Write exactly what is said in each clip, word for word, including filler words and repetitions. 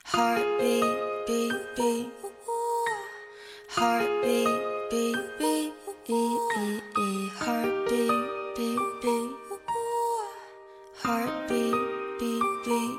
Heartbeat, beat, beat. Heartbeat, beat, beat. Heartbeat, beat, beat. Heartbeat, beat, beat.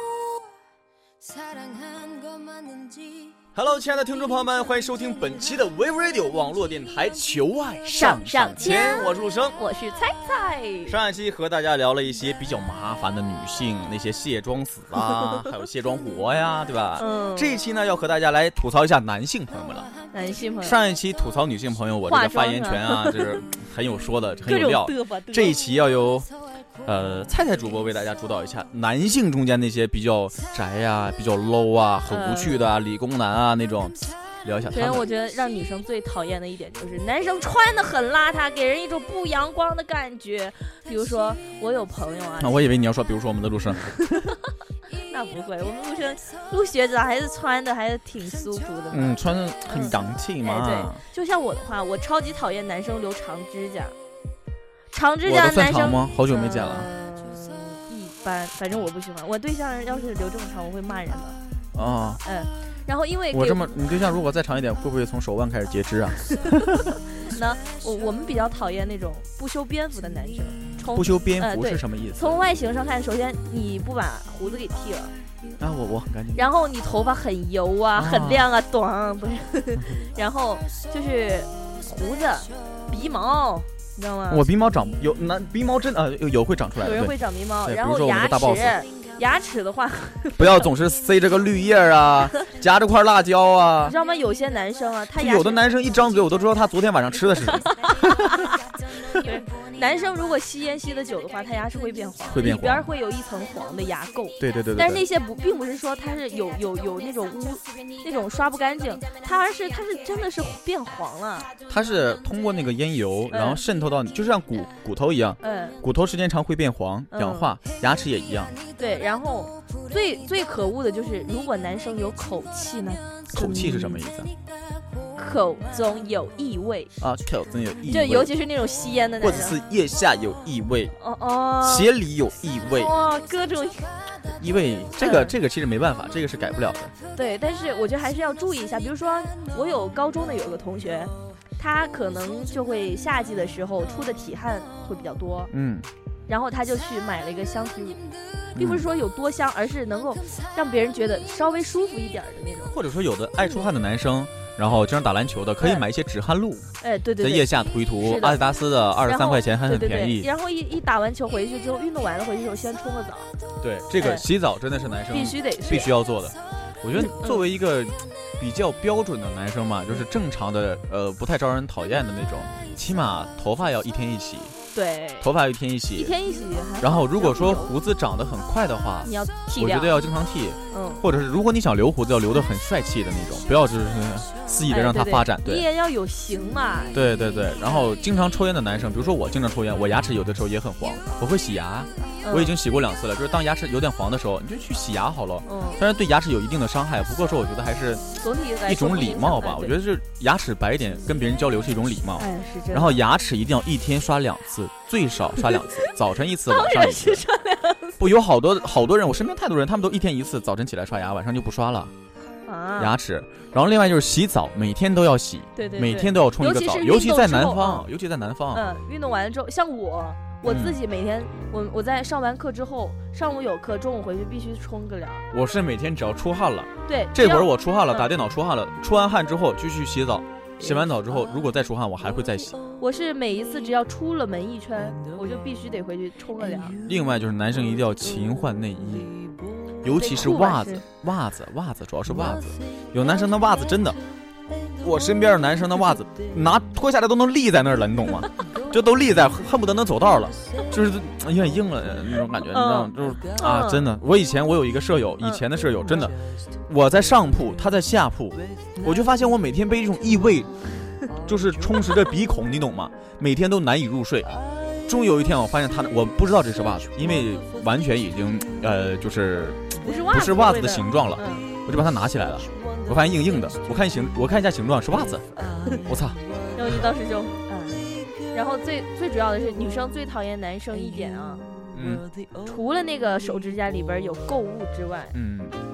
사랑한 것 맞는지 Hello， 亲爱的听众朋友们，欢迎收听本期的 Wave Radio 网络电台求爱上上签，我是陆生， 我是菜菜。 上一期和大家聊了一些比较麻烦的女性，那些卸妆死啊，还有卸妆活呀，对吧？嗯。这一期呢，要和大家来吐槽一下男性朋友们了。 男性朋友。 上一期吐槽女性朋友，我这个发言权啊，就是很有说的，很有料。这一期要由。呃，菜菜主播为大家主导一下男性中间那些比较宅呀、啊、比较 low 啊、很无趣的啊、呃、理工男啊那种，聊一下他们。 首先，我觉得让女生最讨厌的一点就是男生穿的很邋遢，给人一种不阳光的感觉。比如说，我有朋友啊， 啊我以为你要说，比如说我们的陆生。 那不会，我们陆生陆学长还是穿的还是挺舒服的。 嗯，穿的很洋气嘛、 嗯哎。对，就像我的话，我超级讨厌男生留长指甲。长指甲的男生吗？好久没剪了、 嗯。一般，反正我不喜欢。我对象要是留这么长，我会骂人的。 哦。 嗯。然后因为我这么，你对象如果再长一点，会不会从手腕开始截肢啊？ 那我我们比较讨厌那种不修边幅的男生。 不修边幅是什么意思？ 呃、从外形上看，首先你不把胡子给剃了。 啊，我我很干净。 然后你头发很油啊，啊很亮啊，短不是？然后就是胡子、鼻毛。你知道吗？ 我鼻毛长有，那鼻毛真呃有有会长出来的， 有人会长鼻毛。然后牙齿，牙齿的话， 不要总是塞这个绿叶啊，夹着块辣椒啊。 你知道吗？有些男生啊，他有的男生一张嘴，我都知道他昨天晚上吃的是什么。 对，男生如果吸烟吸的久的话，他牙齿会变黄， 会变黄， 里边会有一层黄的牙垢。 对对 对, 对。 但是那些不，并不是说它是有有有那种污，那种刷不干净，它而是它是真的是变黄了。 它是通过那个烟油，然后渗透到你，嗯、就像骨骨头一样，嗯，骨头时间长会变黄、氧化，嗯、牙齿也一样。 对，然后最最可恶的就是，如果男生有口气呢？ 口气是什么意思？ 口中有异味啊，口中有异味， 就尤其是那种吸烟的男生， 或者是腋下有异味， 哦哦， 鞋里有异味， 哇、哦，各种异味，这个、嗯、这个其实没办法，这个是改不了的。 对，但是我觉得还是要注意一下，比如说我有高中的有一个同学，他可能就会夏季的时候出的体汗会比较多，嗯，然后他就去买了一个香体乳。并不是说有多香，而是能够让别人觉得稍微舒服一点的那种。 或者说有的爱出汗的男生，然后经常打篮球的，可以买一些止汗露， 哎，对对对， 在腋下涂一涂，阿迪达斯的二十三块钱还很便宜。 对对对，然后一一打完球回去之后，运动完了回去之后先冲个澡。 对，这个洗澡真的是男生必须得必须要做的。我觉得作为一个比较标准的男生嘛，就是正常的呃不太招人讨厌的那种，起码头发要一天一洗。 对， 头发一天一洗， 一天一洗。 然后如果说胡子长得很快的话， 你要剃掉， 我觉得要经常剃。嗯，或者是如果你想留胡子，要留得很帅气的那种，不要就是肆意的让它发展。 哎、对, 对, 对，你也要有型嘛。 对对对，然后经常抽烟的男生，比如说我经常抽烟，我牙齿有的时候也很黄，我会洗牙。嗯、我已经洗过两次了，就是当牙齿有点黄的时候，你就去洗牙好了。嗯，虽然对牙齿有一定的伤害，不过说我觉得还是一种礼貌吧。我觉得是牙齿白一点，跟别人交流是一种礼貌。 哎，是真的。 然后牙齿一定要一天刷两次，最少刷两次，早晨一次，晚上一次。不，有好多好多人，我身边太多人，他们都一天一次，早晨起来刷牙，晚上就不刷了。啊，牙齿。然后另外就是洗澡，每天都要洗， 对 对, 对， 每天都要冲一个澡，尤其在南方，尤其在南方。 嗯，运动完了之后，像我。我自己每天，嗯、我我在上完课之后，上午有课，中午回去必须冲个凉。 我是每天只要出汗了， 对， 这会儿我出汗了，嗯、打电脑出汗了，出完汗之后就去洗澡，洗完澡之后，如果再出汗，我还会再洗。 我是每一次只要出了门一圈，我就必须得回去冲个凉。 另外就是男生一定要勤换内衣，尤其是袜子，袜子，袜子主要是袜子，有男生的袜子真的。我身边的男生的袜子拿脱下来都能立在那儿了，你懂吗？就都立在，恨不得能走道了，就是有点硬了那种感觉，你知道吗？就是啊，真的。我以前我有一个舍友，以前的舍友真的，我在上铺，他在下铺，我就发现我每天被一种异味，就是充斥着鼻孔，你懂吗？每天都难以入睡。终于有一天，我发现他，我不知道这是袜子，因为完全已经呃，就是不是袜子不是袜子的形状了，我就把它拿起来了。我发现硬硬的，我看形，我看一下形状是袜子，我操！ 然后你当时就，嗯，然后最最主要的是女生最讨厌男生一点啊，嗯，除了那个手指甲里边有垢物之外，嗯，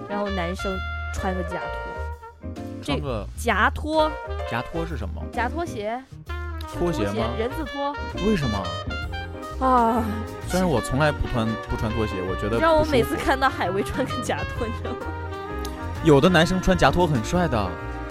然后男生穿个夹拖， 穿个夹拖， 夹拖是什么？ 夹拖鞋， 拖鞋吗？ 人字拖。 为什么？啊，虽然我从来不穿不穿拖鞋，我觉得让我每次看到海威穿个夹拖，你知道吗？ 有的男生穿夹拖很帅的。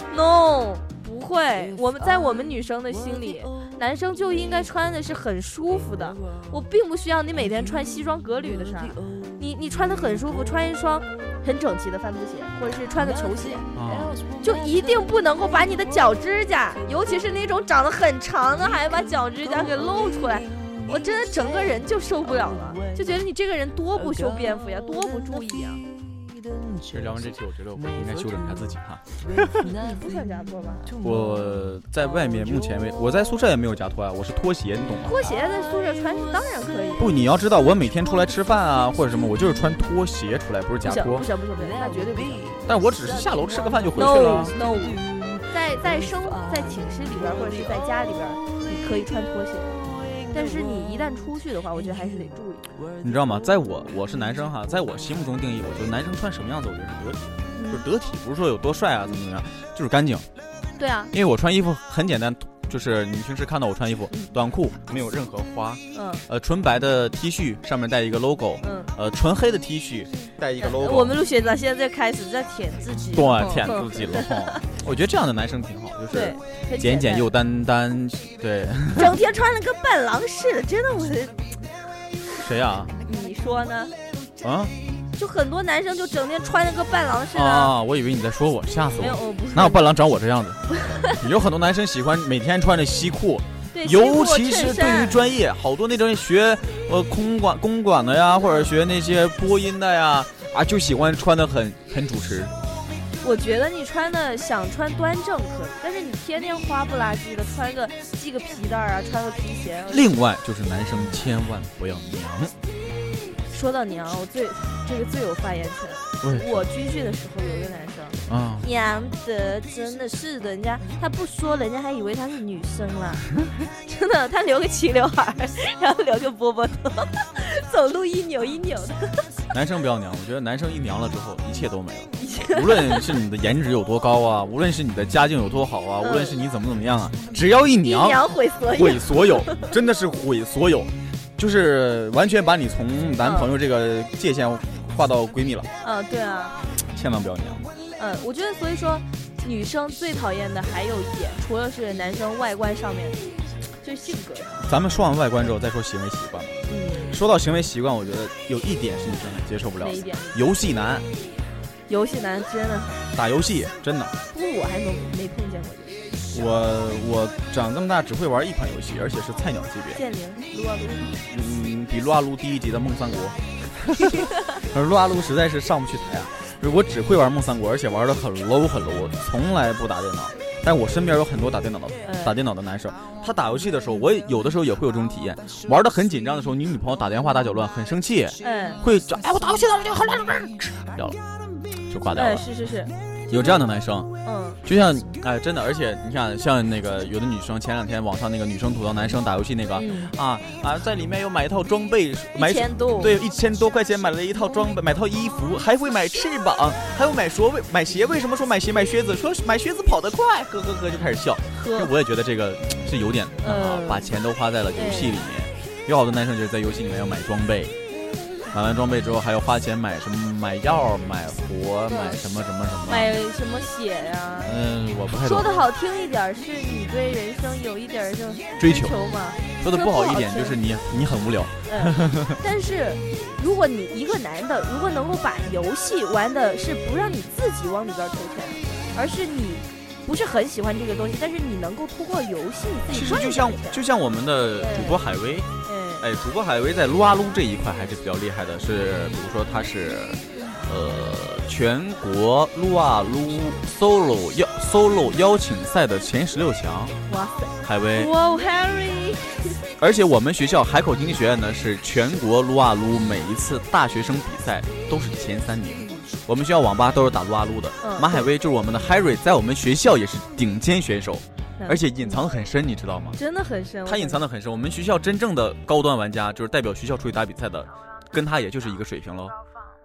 No， 不会，我们在我们女生的心里，男生就应该穿的是很舒服的。我并不需要你每天穿西装革履的啥，你你穿的很舒服，穿一双很整齐的帆布鞋，或者是穿个球鞋，啊、就一定不能够把你的脚指甲，尤其是那种长得很长的，还把脚指甲给露出来。我真的整个人就受不了了，就觉得你这个人多不修边幅呀，多不注意呀。 其实聊完这题，我觉得我应该修整一下自己哈。 你不穿夹拖吧？ 我在外面目前为我在宿舍也没有夹拖啊，我是拖鞋，你懂吗？ 拖鞋在宿舍穿当然可以。 不，你要知道，我每天出来吃饭啊或者什么，我就是穿拖鞋出来，不是夹拖。 不行不行不行，那绝对不行。 但我只是下楼吃个饭就回去了。 No no， 在在生在寝室里边或者是在家里边，你可以穿拖鞋。但是你一旦出去的话，我觉得还是得注意。 你知道吗？在我我是男生哈，在我心目中定义，我觉得男生穿什么样子，我觉得是得体，嗯、就是得体，不是说有多帅啊，怎么怎么样，就是干净。 对啊， 因为我穿衣服很简单，就是你平时看到我穿衣服，嗯、短裤没有任何花，嗯，呃，纯白的 T 恤上面带一个 logo， 嗯，呃，纯黑的 T 恤带一个 logo。 我们陆学长现在开始在舔自己， 对，舔自己了哈。我觉得这样的男生挺好，就是简简又单单，对， 整天穿了跟伴郎似的，真的我。 谁呀？ 你说呢？ 啊？ 就很多男生就整天穿着个伴郎似的啊！我以为你在说我，吓死我！ 没有，我不是。 哪有伴郎长我这样子？有很多男生喜欢每天穿着西裤， 对， 尤其是对于专业，好多那种学呃空管、公管的呀，或者学那些播音的呀，啊，就喜欢穿的很很主持。 我觉得你穿的想穿端正可以，但是你天天花不拉几的穿个系个皮带啊，穿个皮鞋。 另外就是男生千万不要娘。 说到娘，我最这个最有发言权。我军训的时候有一个男生啊，娘的真的是的，人家他不说，人家还以为他是女生了。真的，他留个齐刘海，然后留个波波头，走路一扭一扭的。 男生不要娘，我觉得男生一娘了之后，一切都没了。无论是你的颜值有多高啊，无论是你的家境有多好啊，无论是你怎么怎么样啊，只要一娘， 一娘毁所有， 毁所有，真的是毁所有，就是完全把你从男朋友这个界限划到闺蜜了。 嗯，对啊， 千万不要娘。 嗯，我觉得所以说，女生最讨厌的还有一点，除了是男生外观上面，就是性格。 咱们说完外观之后，再说行为习惯吧。嗯，说到行为习惯，我觉得有一点是女生很接受不了的。 哪一点？ 游戏男。 游戏男真的很打游戏，真的。 不过我还没没碰见过游戏。 我我长这么大只会玩一款游戏，而且是菜鸟级别。 剑灵、撸啊撸。 嗯，比撸啊撸低一级的梦三国。而撸啊撸实在是上不去台啊！我只会玩梦三国，而且玩的很 low 很 low， 我从来不打电脑。但我身边有很多打电脑的、嗯、打电脑的男生，他打游戏的时候，我有的时候也会有这种体验。玩的很紧张的时候，你女朋友打电话打搅乱，很生气，嗯，会找哎我打游戏了，我就很乱掉了。就挂掉了、 哎，是是是， 有这样的男生，嗯，就像哎，真的，而且你看，像那个有的女生，前两天网上那个女生吐槽男生打游戏那个、嗯、啊啊，在里面有买一套装备，买一千多， 对，一千多块钱买了一套装备，买套衣服，还会买翅膀，还有买说买鞋，为什么说买鞋买靴子？说买靴子跑得快，呵呵呵就开始笑。我也觉得这个是有点啊、嗯，把钱都花在了游戏里面。有好多男生就是在游戏里面要买装备。买完装备之后还要花钱买什么买药买活买什么什么什么买什么血呀、啊？ 嗯，我不太懂。 说的好听一点是你对人生有一点就追求嘛。 说的不好一点就是你你很无聊。 嗯，但是如果你一个男的如果能够把游戏玩的是不让你自己往里边投钱，而是你不是很喜欢这个东西，但是你能够通过游戏自己其实就像就像我们的主播海威。哎，主播海威在撸啊撸这一块还是比较厉害的，是比如说他是，呃，全国撸啊撸 solo 邀 solo 邀请赛的前十六强。 哇塞， 海威！ 哇 ，Harry！ 而且我们学校海口经济学院呢是全国撸啊撸每一次大学生比赛都是前三名。我们学校网吧都是打撸啊撸的。嗯、马海威就是我们的 Harry， 在我们学校也是顶尖选手。而且隐藏的很深，你知道吗？ 真的很深。 他隐藏的很深。我们学校真正的高端玩家，就是代表学校出去打比赛的，跟他也就是一个水平喽。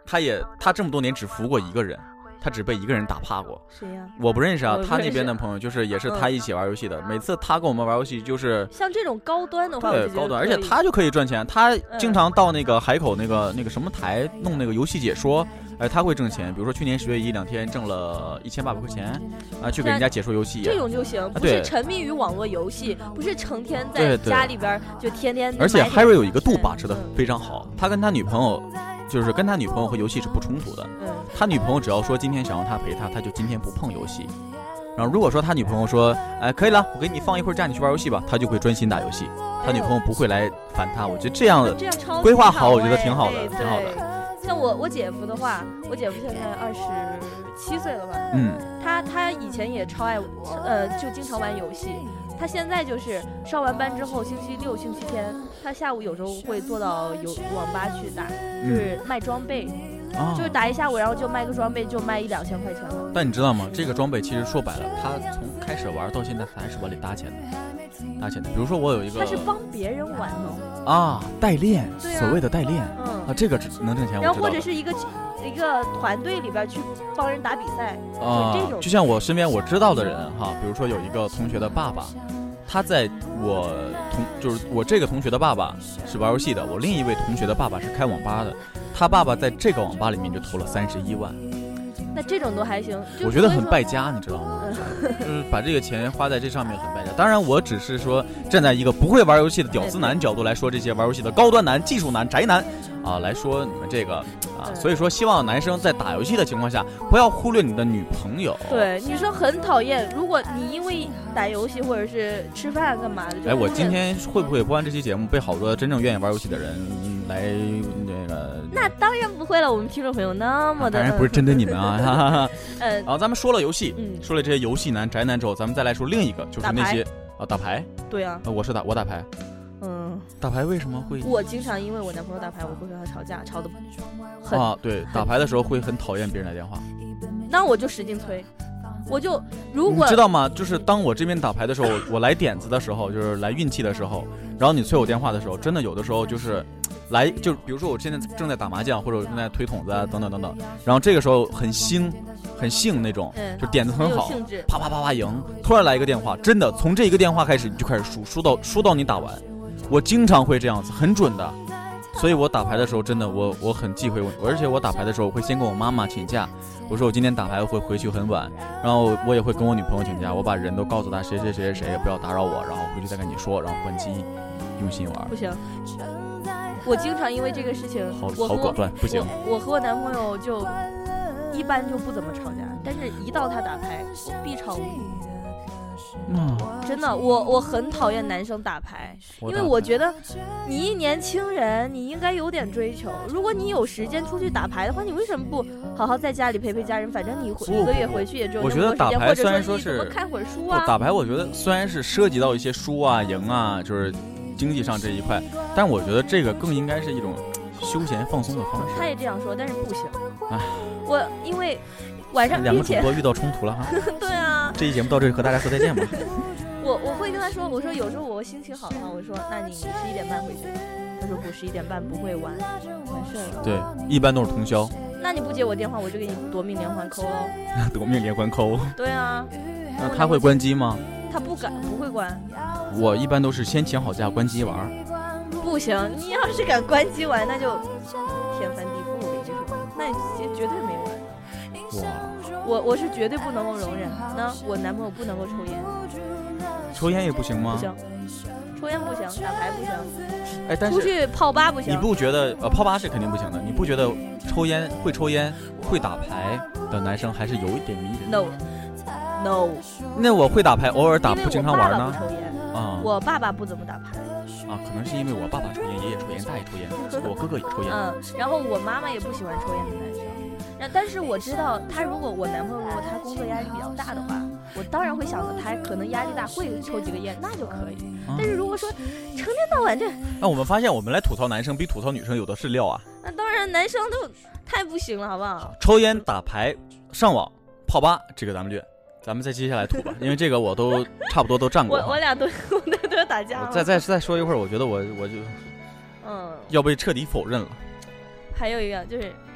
他也他这么多年只服过一个人，他只被一个人打怕过。 谁呀？ 我不认识啊。 认识他那边的朋友就是也是他一起玩游戏的，嗯、每次他跟我们玩游戏就是像这种高端的话， 对高端，而且他就可以赚钱。他经常到那个海口那个、嗯、那个什么台弄那个游戏解说。哎，他会挣钱，比如说去年十月一两天挣了一千八百块钱，啊，去给人家解说游戏， 这种就行，不是沉迷于网络游戏，不是成天在家里边就天天。 而且 Harry 有一个度把持的非常好，他跟他女朋友，就是跟他女朋友和游戏是不冲突的。嗯，他女朋友只要说今天想让他陪他，他就今天不碰游戏。然后如果说他女朋友说，哎，可以了，我给你放一会儿假，你去玩游戏吧，他就会专心打游戏，他女朋友不会来烦他。我觉得这样的规划好，我觉得挺好的，挺好的。 像我我姐夫的话，我姐夫现在二十七岁了吧？ 嗯， 他他以前也超爱，呃，就经常玩游戏。他现在就是上完班之后，星期六、星期天，他下午有时候会坐到有网吧去打，就是卖装备，嗯、就是打一下午，然后就卖个装备，就卖一两千块钱了。 但你知道吗？这个装备其实说白了，他从开始玩到现在还是往里搭钱的。搭钱的，比如说我有一个， 他是帮别人玩的啊，代练， 对啊、 所谓的代练， 嗯啊，这个能挣钱。 然后或者是一个一个团队里边去帮人打比赛啊， 就这种。 就像我身边我知道的人哈，比如说有一个同学的爸爸，他在我同就是我这个同学的爸爸是玩游戏的，我另一位同学的爸爸是开网吧的，他爸爸在这个网吧里面就投了三十一万。 那这种都还行， 我觉得很败家，你知道吗？就是把这个钱花在这上面很败家。当然，我只是说站在一个不会玩游戏的屌丝男角度来说，这些玩游戏的高端男、技术男、宅男啊，来说你们这个啊，所以说希望男生在打游戏的情况下，不要忽略你的女朋友。 对，女生很讨厌，如果你因为打游戏或者是吃饭干嘛的， 哎，我今天会不会播完这期节目，被好多真正愿意玩游戏的人来那个？ 那当然不会了，我们听众朋友那么的， 当然不是针对你们啊。 嗯， 然后咱们说了游戏， 嗯， 说了这些游戏男宅男之后，咱们再来说另一个，就是那些啊打牌。 对啊， 呃，我是打我打牌。 嗯， 打牌为什么会？ 我经常因为我男朋友打牌，我会和他吵架，吵得很啊。对，打牌的时候会很讨厌别人来电话。 那我就使劲催，我就如果你知道吗？就是当我这边打牌的时候，我来点子的时候，就是来运气的时候，然后你催我电话的时候，真的有的时候就是。来，就比如说我现在正在打麻将，或者我正在推筒子啊，等等等等，然后这个时候很兴，很兴那种， 嗯、 就点子很好，啪啪啪啪赢，突然来一个电话，真的从这一个电话开始你就开始输，输到输到你打完，我经常会这样子，很准的，所以我打牌的时候真的我我很忌讳，而且我打牌的时候我会先跟我妈妈请假，我说我今天打牌会回去很晚，然后我也会跟我女朋友请假，我把人都告诉她谁谁谁谁谁也不要打扰我，然后回去再跟你说，然后关机，用心玩。 不行。我经常因为这个事情， 好好果断，不行。 我, 我和我男朋友就一般就不怎么吵架，但是一到他打牌，我必吵无语。 嗯， 真的，我我很讨厌男生打牌，因为我觉得你一年轻人，你应该有点追求。如果你有时间出去打牌的话，你为什么不好好在家里陪陪家人？反正你一个月回去也只有那么多时间。 我觉得打牌虽然说是看会儿书啊， 打牌我觉得虽然是涉及到一些输啊、赢啊，就是经济上这一块，但我觉得这个更应该是一种休闲放松的方式。 他也这样说，但是不行。哎，我因为。晚上两个主播遇到冲突了哈。 对啊， 这期节目到这里和大家说再见吧。 我我会跟他说，我说有时候我心情好的话，我说那你十一点半回去。他说不，十一点半不会晚，完事了。 对，一般都是通宵。 那你不接我电话，我就给你夺命连环扣喽。 夺命连环扣。 对啊。 那他会关机吗？ 他不敢，不会关。 我一般都是先请好假关机玩。 不行，你要是敢关机玩，那就天翻地覆，我跟你说，那你绝对没完。 哇， 我我是绝对不能够容忍。那我男朋友不能够抽烟， 抽烟也不行吗？ 不行，抽烟不行，打牌不行， 哎，但是出去泡吧不行。 你不觉得呃泡吧是肯定不行的？你不觉得抽烟会抽烟会打牌的男生还是有一点迷人 ？No No。 那我会打牌，偶尔打，不经常玩呢。 我爸爸不抽烟啊， 我爸爸不怎么打牌。 啊，可能是因为我爸爸抽烟，爷爷抽烟，大爷抽烟，我哥哥也抽烟。 嗯，然后我妈妈也不喜欢抽烟的男生。但是我知道，他如果我男朋友如果他工作压力比较大的话，我当然会想着他可能压力大会抽几个烟，那就可以。啊、但是如果说成天到晚这， 那我们发现我们来吐槽男生比吐槽女生有的是料啊。 那当然，男生都太不行了，好不好？ 好，抽烟、打牌、上网、泡吧，这个咱们略。咱们再接下来吐吧，因为这个我都差不多都站过。 我我俩都我俩都要打架了。 再再再说一会儿，我觉得我我就， 嗯， 要被彻底否认了。 还有一个就是，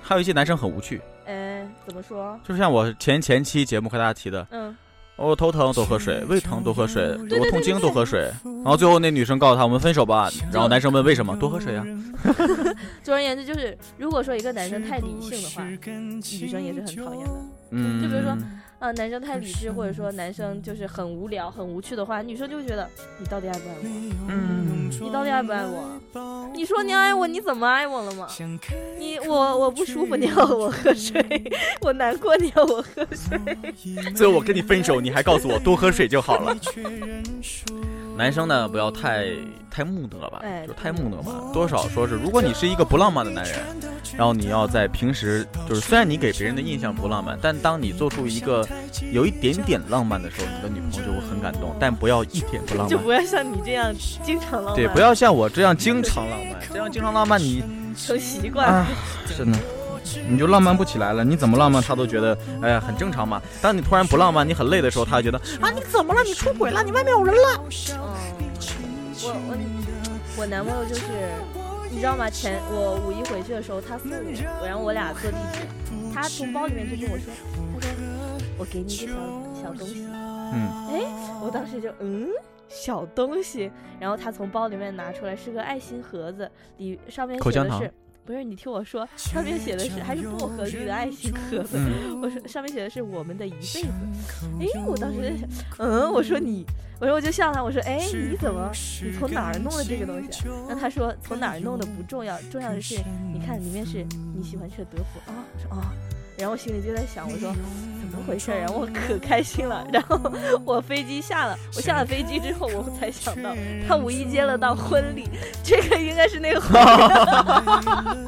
还有一些男生很无趣。 哎，怎么说？ 就是像我前前期节目和大家提的， 嗯， 我头疼多喝水，胃疼多喝水， 对对对对我痛经多喝水。然后最后那女生告诉他我们分手吧，然后男生问为什么？多喝水啊。 总而言之，就是如果说一个男生太理性的话，女生也是很讨厌的。 嗯， 就比如说，啊，男生太理智，或者说男生就是很无聊、很无趣的话，女生就会觉得你到底爱不爱我？ 嗯， 你到底爱不爱我？你说你爱我，你怎么爱我了吗？你我我不舒服，你要我喝水；我难过，你要我喝水。 最后我跟你分手，你还告诉我多喝水就好了。男生呢，不要太太木讷吧， 哎、 就太木讷吧。多少说是，如果你是一个不浪漫的男人，然后你要在平时就是，虽然你给别人的印象不浪漫，但当你做出一个有一点点浪漫的时候，你的女朋友就会很感动。但不要一点不浪漫， 就不要像你这样经常浪漫。 对，不要像我这样经常浪漫，这样经常浪漫你成习惯。 啊，真的。你就浪漫不起来了，你怎么浪漫他都觉得哎呀很正常嘛。当你突然不浪漫，你很累的时候，他就觉得啊你怎么了？你出轨了？你外面有人了？ 嗯，我我我男朋友就是，你知道吗？前我五一回去的时候，他送我，然后我俩坐地铁，他从包里面就跟我说，他说我给你一个小小东西。 嗯， 哎，我当时就嗯。小东西，然后他从包里面拿出来是个爱心盒子，里上面写的是。不是你听我说，上面写的是还是薄荷绿的爱心盒子，嗯、我说上面写的是我们的一辈子。哎，我当时在想，嗯，我说你，我说我就笑他，我说哎你怎么你从哪儿弄的这个东西？然后他说从哪儿弄的不重要，重要的是你看里面是你喜欢吃的德芙啊。我说啊，然后我心里就在想，我说怎么回事？然后我可开心了。然后我飞机下了，我下了飞机之后，我才想到他五一接了到婚礼，这个应该是那个婚礼。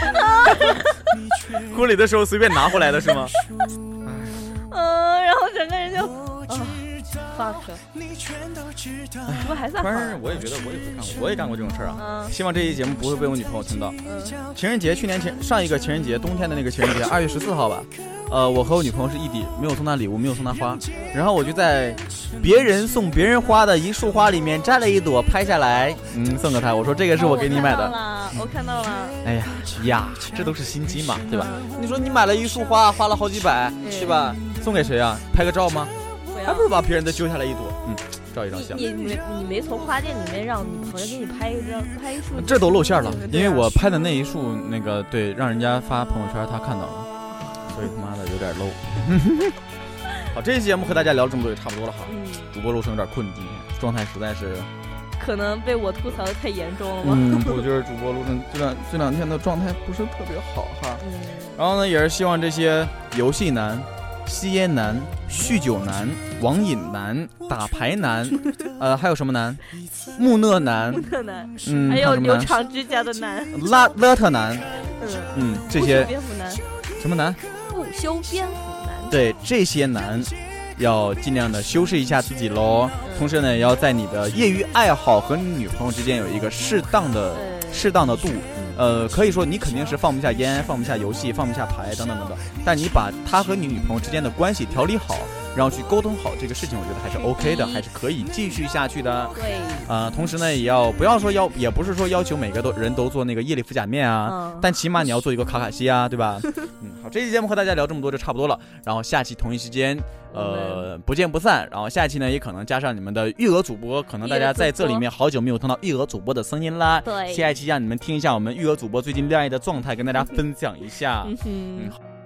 婚礼的时候随便拿回来的是吗？ 嗯，然后整个人就啊 fuck， 不过还算好。 反正我也觉得我也会干过，我也干过这种事儿啊。 嗯、 希望这期节目不会被我女朋友听到。 嗯、 情人节，去年前上一个情人节，冬天的那个情人节，二月十四号吧。呃，我和我女朋友是异地，没有送她礼物，没有送她花，然后我就在别人送别人花的一束花里面摘了一朵，拍下来，嗯，送给她。我说这个是我给你买的。 哦、我看到了，我看到了。 哎呀呀，这都是心机嘛，对吧？嗯、你说你买了一束花，花了好几百，嗯、对吧？送给谁啊？拍个照吗？还不如把别人的揪下来一朵，嗯，照一张相。 你你你没从花店里面让女朋友给你拍一张拍一束？ 这都露馅了，因为我拍的那一束那个对，让人家发朋友圈，他看到了。所以他妈的有点 low。好，这期节目和大家聊了这么多也差不多了哈。嗯、主播陆生有点困，今天状态实在是， 可能被我吐槽的太严重了吗？ 嗯，我觉得主播陆生这两这两天的状态不是特别好哈。嗯、然后呢，也是希望这些游戏男、吸烟男、酗酒男、网瘾男、打牌男，呃，还有什么男？木讷男， 木讷男， 嗯， 还有留长指甲的男， 拉勒特男， 嗯嗯，这些蝙蝠男。 什么男？ 不修边幅男。 对，这些男要尽量的修饰一下自己喽。嗯、同时呢，也要在你的业余爱好和你女朋友之间有一个适当的、适当的度。呃，可以说你肯定是放不下烟，放不下游戏，放不下牌等等等等。但你把他和你女朋友之间的关系调理好，然后去沟通好这个事情，我觉得还是 OK 的，还是可以继续下去的。 对。 呃，同时呢，也要不要说要，也不是说要求每个都人都做那个夜里服假面啊，嗯、但起码你要做一个卡卡西啊，对吧？嗯，好，这期节目和大家聊这么多就差不多了，然后下期同一时间，呃，不见不散。然后下期呢，也可能加上你们的育儿主播，可能大家在这里面好久没有听到育儿主播的声音啦。 对。 下一期让你们听一下我们育儿主播最近恋爱的状态，跟大家分享一下。 嗯哼。 嗯。